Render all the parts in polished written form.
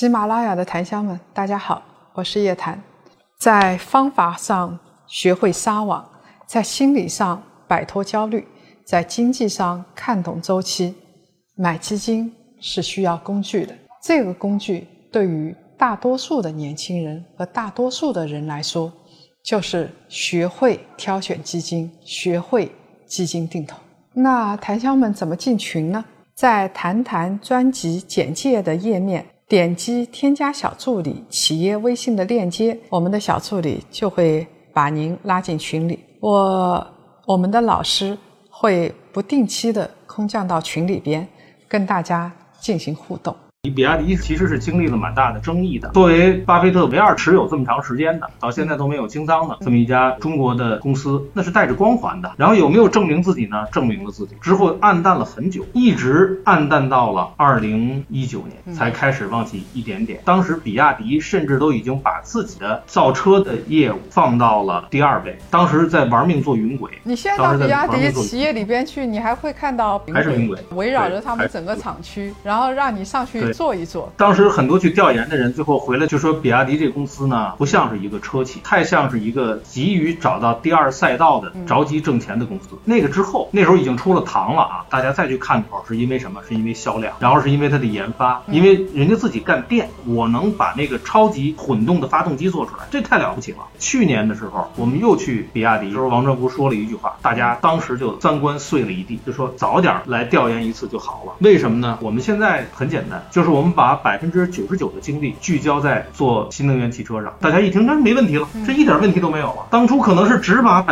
喜马拉雅的檀香们，大家好，我是叶檀。在方法上学会撒网，在心理上摆脱焦虑，在经济上看懂周期。买基金是需要工具的，这个工具对于大多数的年轻人和大多数的人来说，就是学会挑选基金，学会基金定投。那檀香们怎么进群呢？在谈谈专辑简介的页面，点击添加小助理企业微信的链接，我们的小助理就会把您拉进群里。我们的老师会不定期的空降到群里边，跟大家进行互动。 比亚迪其实是经历了蛮大的争议的，作为巴菲特唯二持有这么长时间的，到现在都没有清仓的这么一家中国的公司，那是带着光环的。然后有没有证明自己呢？证明了自己之后暗淡了很久，一直暗淡到了2019年才开始往起一点点。当时比亚迪甚至都已经把自己的造车的业务放到了第2位，当时在玩命做云轨。 你现在到比亚迪企业里边去，你还会看到还是云轨围绕着他们整个厂区，然后让你上去坐一坐。 当时很多去调研的人最后回来就说，比亚迪这个公司呢，不像是一个车企，太像是一个急于找到第2赛道的着急挣钱的公司。那个之后，那时候已经出了糖了啊，大家再去看头是因为什么？是因为销量，然后是因为它的研发，因为人家自己干电，我能把那个超级混动的发动机做出来，这太了不起了。去年的时候，我们又去比亚迪，时候王传福说了一句话，大家当时就三观碎了一地，就说早点来调研一次就好了。为什么呢？我们现在很简单，就是我们把99%的精力聚焦在做新能源汽车上。大家一听，那没问题了，这一点问题都没有了。当初可能是只把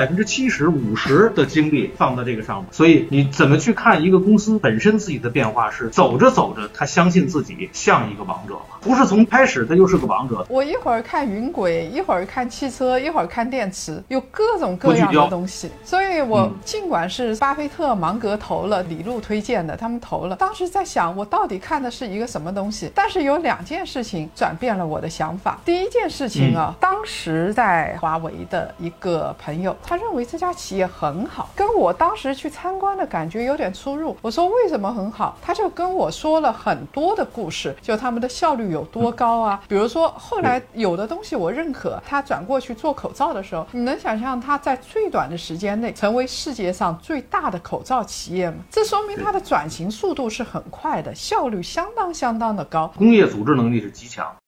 70%、50%的精力放到这个上面。所以你怎么去看一个公司本身自己的变化，是走着走着，他相信自己像一个王者了，不是从开始他就是个王者。 我一会儿看云轨，一会儿看汽车，一会儿看电池，有各种各样的东西。所以我尽管是巴菲特、芒格投了，李路推荐的，他们投了，当时在想我到底看的是一个什么东西。但是有2件事情转变了我的想法。第一件事情啊，当时在华为的一个朋友，他认为这家企业很好，跟我当时去参观的感觉有点出入。我说为什么很好？他就跟我说了很多的故事，就他们的效率有多高啊。比如说后来有的东西我认可，他转过去做口罩的时候，你能想象他在最短的时间内成为世界上最大的口罩企业吗？这说明他的转型速度是很快的，效率相当的高， 工业组织能力是极强。